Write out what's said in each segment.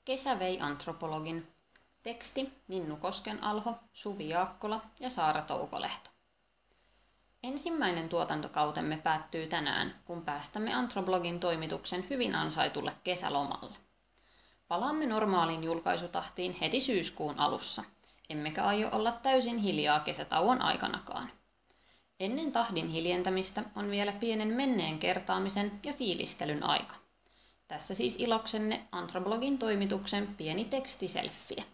Kesä vei antropologin. Teksti Ninnu Koskenalho, Suvi Jaakkola ja Saara Toukolehto. Ensimmäinen tuotantokautemme päättyy tänään, kun päästämme Antroblogin toimituksen hyvin ansaitulle kesälomalle. Palaamme normaaliin julkaisutahtiin heti syyskuun alussa, emmekä aio olla täysin hiljaa kesätauon aikanakaan. Ennen tahdin hiljentämistä on vielä pienen menneen kertaamisen ja fiilistelyn aika. Tässä siis iloksenne Antroblogin toimituksen pieni tekstiselfie.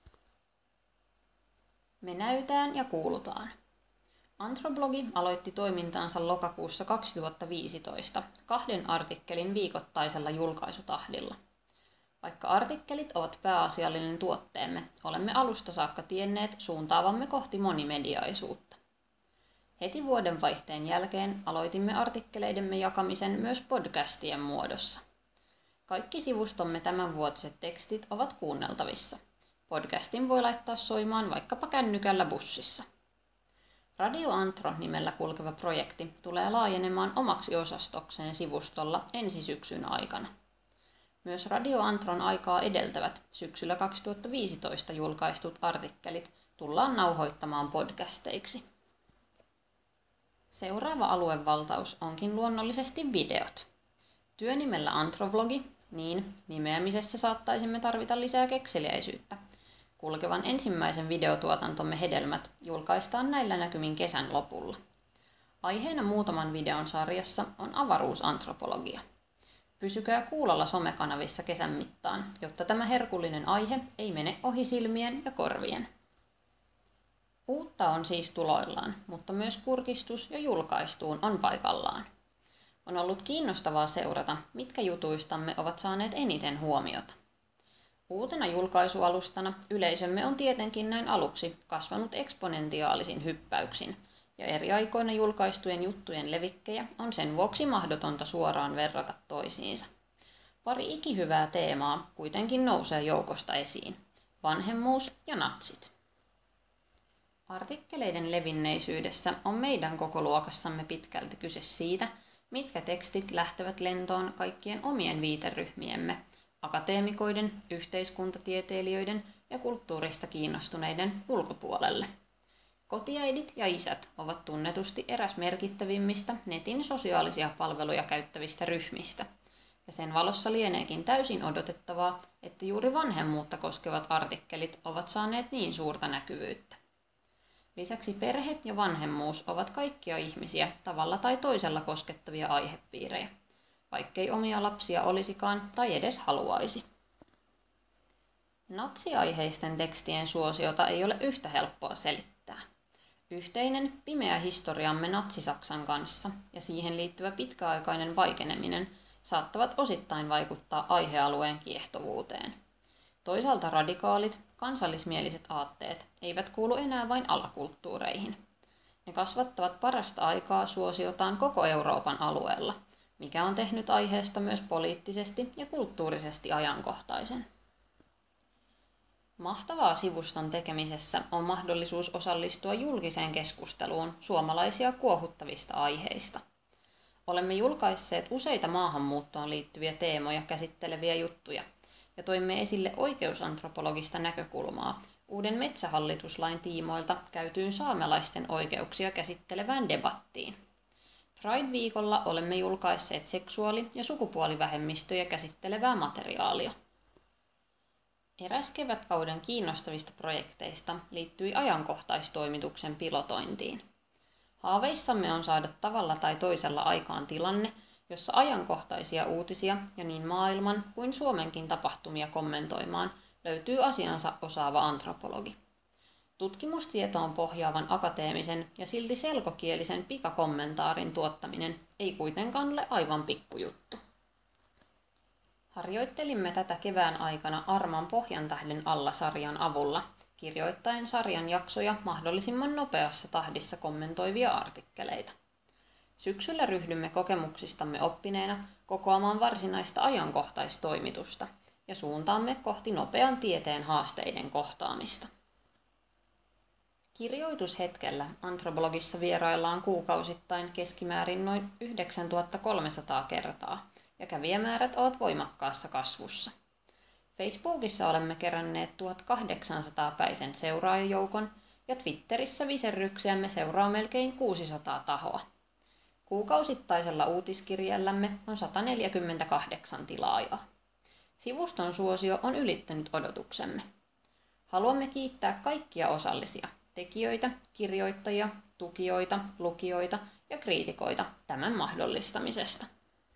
Me näytään ja kuulutaan. Antroblogi aloitti toimintaansa lokakuussa 2015 kahden artikkelin viikoittaisella julkaisutahdilla. Vaikka artikkelit ovat pääasiallinen tuotteemme, olemme alusta saakka tienneet suuntaavamme kohti monimediaisuutta. Heti vuodenvaihteen jälkeen aloitimme artikkeleidemme jakamisen myös podcastien muodossa. Kaikki sivustomme tämänvuotiset tekstit ovat kuunneltavissa. Podcastin voi laittaa soimaan vaikkapa kännykällä bussissa. Radio Antro-nimellä kulkeva projekti tulee laajenemaan omaksi osastokseen sivustolla ensi syksyn aikana. Myös Radio Antron aikaa edeltävät syksyllä 2015 julkaistut artikkelit tullaan nauhoittamaan podcasteiksi. Seuraava aluevaltaus onkin luonnollisesti videot. Työnimellä Antrovlogi, niin nimeämisessä saattaisimme tarvita lisää kekseliäisyyttä. Kulkevan ensimmäisen videotuotantomme hedelmät julkaistaan näillä näkymin kesän lopulla. Aiheena muutaman videon sarjassa on avaruusantropologia. Pysykää kuulolla somekanavissa kesän mittaan, jotta tämä herkullinen aihe ei mene ohi silmien ja korvien. Uutta on siis tuloillaan, mutta myös kurkistus jo julkaistuun on paikallaan. On ollut kiinnostavaa seurata, mitkä jutuistamme ovat saaneet eniten huomiota. Uutena julkaisualustana yleisömme on tietenkin näin aluksi kasvanut eksponentiaalisin hyppäyksin, ja eri aikoina julkaistujen juttujen levikkejä on sen vuoksi mahdotonta suoraan verrata toisiinsa. Pari ikihyvää teemaa kuitenkin nousee joukosta esiin: vanhemmuus ja natsit. Artikkeleiden levinneisyydessä on meidän kokoluokassamme pitkälti kyse siitä, mitkä tekstit lähtevät lentoon kaikkien omien viiteryhmiemme, akateemikoiden, yhteiskuntatieteilijöiden ja kulttuurista kiinnostuneiden ulkopuolelle. Kotiäidit ja isät ovat tunnetusti eräs merkittävimmistä netin sosiaalisia palveluja käyttävistä ryhmistä, ja sen valossa lieneekin täysin odotettavaa, että juuri vanhemmuutta koskevat artikkelit ovat saaneet niin suurta näkyvyyttä. Lisäksi perhe ja vanhemmuus ovat kaikkia ihmisiä tavalla tai toisella koskettavia aihepiirejä, vaikkei omia lapsia olisikaan tai edes haluaisi. Natsiaiheisten tekstien suosiota ei ole yhtä helppoa selittää. Yhteinen pimeä historiamme Natsi-Saksan kanssa ja siihen liittyvä pitkäaikainen vaikeneminen saattavat osittain vaikuttaa aihealueen kiehtovuuteen. Toisaalta radikaalit, kansallismieliset aatteet eivät kuulu enää vain alakulttuureihin. Ne kasvattavat parasta aikaa suosiotaan koko Euroopan alueella, mikä on tehnyt aiheesta myös poliittisesti ja kulttuurisesti ajankohtaisen. Mahtavaa sivuston tekemisessä on mahdollisuus osallistua julkiseen keskusteluun suomalaisia kuohuttavista aiheista. Olemme julkaisseet useita maahanmuuttoon liittyviä teemoja käsitteleviä juttuja ja toimme esille oikeusantropologista näkökulmaa uuden metsähallituslain tiimoilta käytyyn saamelaisten oikeuksia käsittelevään debattiin. Pride-viikolla olemme julkaisseet seksuaali- ja sukupuolivähemmistöjä käsittelevää materiaalia. Eräs kevätkauden kiinnostavista projekteista liittyi ajankohtaistoimituksen pilotointiin. Haaveissamme on saada tavalla tai toisella aikaan tilanne, jossa ajankohtaisia uutisia ja niin maailman kuin Suomenkin tapahtumia kommentoimaan löytyy asiansa osaava antropologi. Tutkimustietoon pohjaavan akateemisen ja silti selkokielisen pikakommentaarin tuottaminen ei kuitenkaan ole aivan pikkujuttu. Harjoittelimme tätä kevään aikana Arman Pohjantähden alla-sarjan avulla, kirjoittaen sarjan jaksoja mahdollisimman nopeassa tahdissa kommentoivia artikkeleita. Syksyllä ryhdymme kokemuksistamme oppineena kokoamaan varsinaista ajankohtaistoimitusta ja suuntaamme kohti nopean tieteen haasteiden kohtaamista. Kirjoitushetkellä Antroblogissa vieraillaan kuukausittain keskimäärin noin 9300 kertaa, ja kävijämäärät ovat voimakkaassa kasvussa. Facebookissa olemme keränneet 1800-päisen seuraajajoukon ja Twitterissä viserryksiämme seuraa melkein 600 tahoa. Kuukausittaisella uutiskirjellämme on 148 tilaajaa. Sivuston suosio on ylittänyt odotuksemme. Haluamme kiittää kaikkia osallisia, tekijöitä, kirjoittajia, tukijoita, lukijoita ja kriitikoita tämän mahdollistamisesta.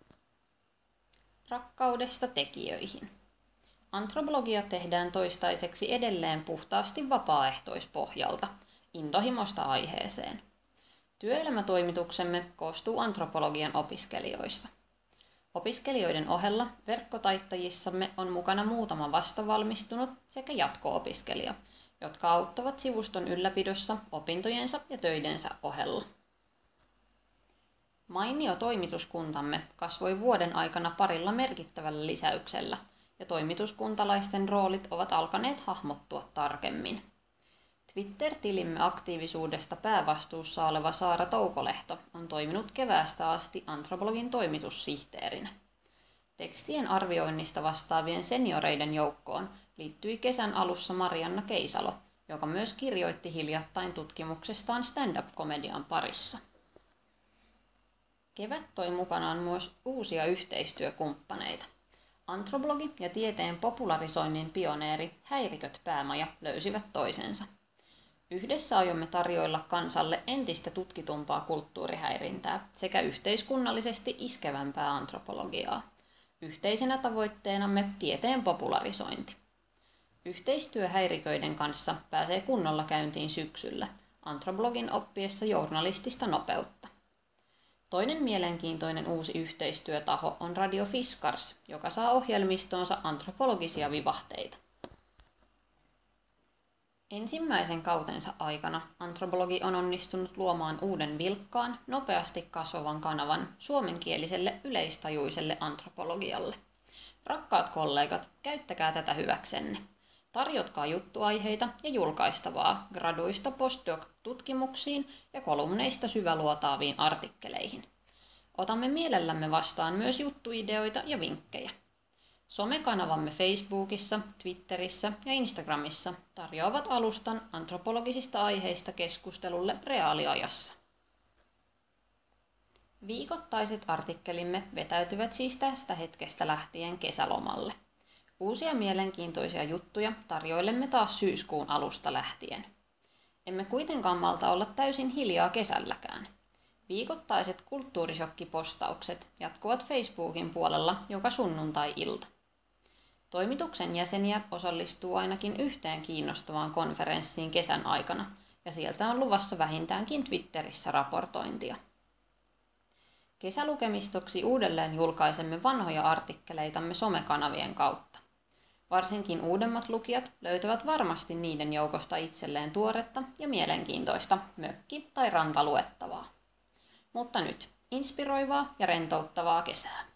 Rakkaudesta tekijöihin. Antropologia tehdään toistaiseksi edelleen puhtaasti vapaaehtoispohjalta, intohimosta aiheeseen. Työelämätoimituksemme koostuu antropologian opiskelijoista. Opiskelijoiden ohella verkkotaittajissamme on mukana muutama vastavalmistunut sekä jatko-opiskelija, jotka auttavat sivuston ylläpidossa opintojensa ja töidensä ohella. Mainio toimituskuntamme kasvoi vuoden aikana parilla merkittävällä lisäyksellä, ja toimituskuntalaisten roolit ovat alkaneet hahmottua tarkemmin. Twitter-tilimme aktiivisuudesta päävastuussa oleva Saara Toukolehto on toiminut keväästä asti antropologin toimitussihteerinä. Tekstien arvioinnista vastaavien senioreiden joukkoon liittyi kesän alussa Marianna Keisalo, joka myös kirjoitti hiljattain tutkimuksestaan stand-up-komedian parissa. Kevät toi mukanaan myös uusia yhteistyökumppaneita. Antropologi ja tieteen popularisoinnin pioneeri Häiriköt Päämaja löysivät toisensa. Yhdessä aiomme tarjoilla kansalle entistä tutkitumpaa kulttuurihäirintää sekä yhteiskunnallisesti iskevämpää antropologiaa. Yhteisenä tavoitteenamme tieteen popularisointi. Yhteistyö häiriköiden kanssa pääsee kunnolla käyntiin syksyllä, antropologin oppiessa journalistista nopeutta. Toinen mielenkiintoinen uusi yhteistyötaho on Radio Fiskars, joka saa ohjelmistoonsa antropologisia vivahteita. Ensimmäisen kautensa aikana antropologi on onnistunut luomaan uuden vilkkaan, nopeasti kasvavan kanavan suomenkieliselle yleistajuiselle antropologialle. Rakkaat kollegat, käyttäkää tätä hyväksenne. Tarjotkaa juttuaiheita ja julkaistavaa graduista postdoc-tutkimuksiin ja kolumneista syväluotaaviin artikkeleihin. Otamme mielellämme vastaan myös juttuideoita ja vinkkejä. Somekanavamme Facebookissa, Twitterissä ja Instagramissa tarjoavat alustan antropologisista aiheista keskustelulle reaaliajassa. Viikoittaiset artikkelimme vetäytyvät siis tästä hetkestä lähtien kesälomalle. Uusia mielenkiintoisia juttuja tarjoilemme taas syyskuun alusta lähtien. Emme kuitenkaan malta olla täysin hiljaa kesälläkään. Viikoittaiset kulttuurishokkipostaukset jatkuvat Facebookin puolella joka sunnuntai-ilta. Toimituksen jäseniä osallistuu ainakin yhteen kiinnostavaan konferenssiin kesän aikana, ja sieltä on luvassa vähintäänkin Twitterissä raportointia. Kesälukemistoksi uudelleen julkaisemme vanhoja artikkeleitamme somekanavien kautta. Varsinkin uudemmat lukijat löytävät varmasti niiden joukosta itselleen tuoretta ja mielenkiintoista mökki- tai rantaluettavaa. Mutta nyt inspiroivaa ja rentouttavaa kesää.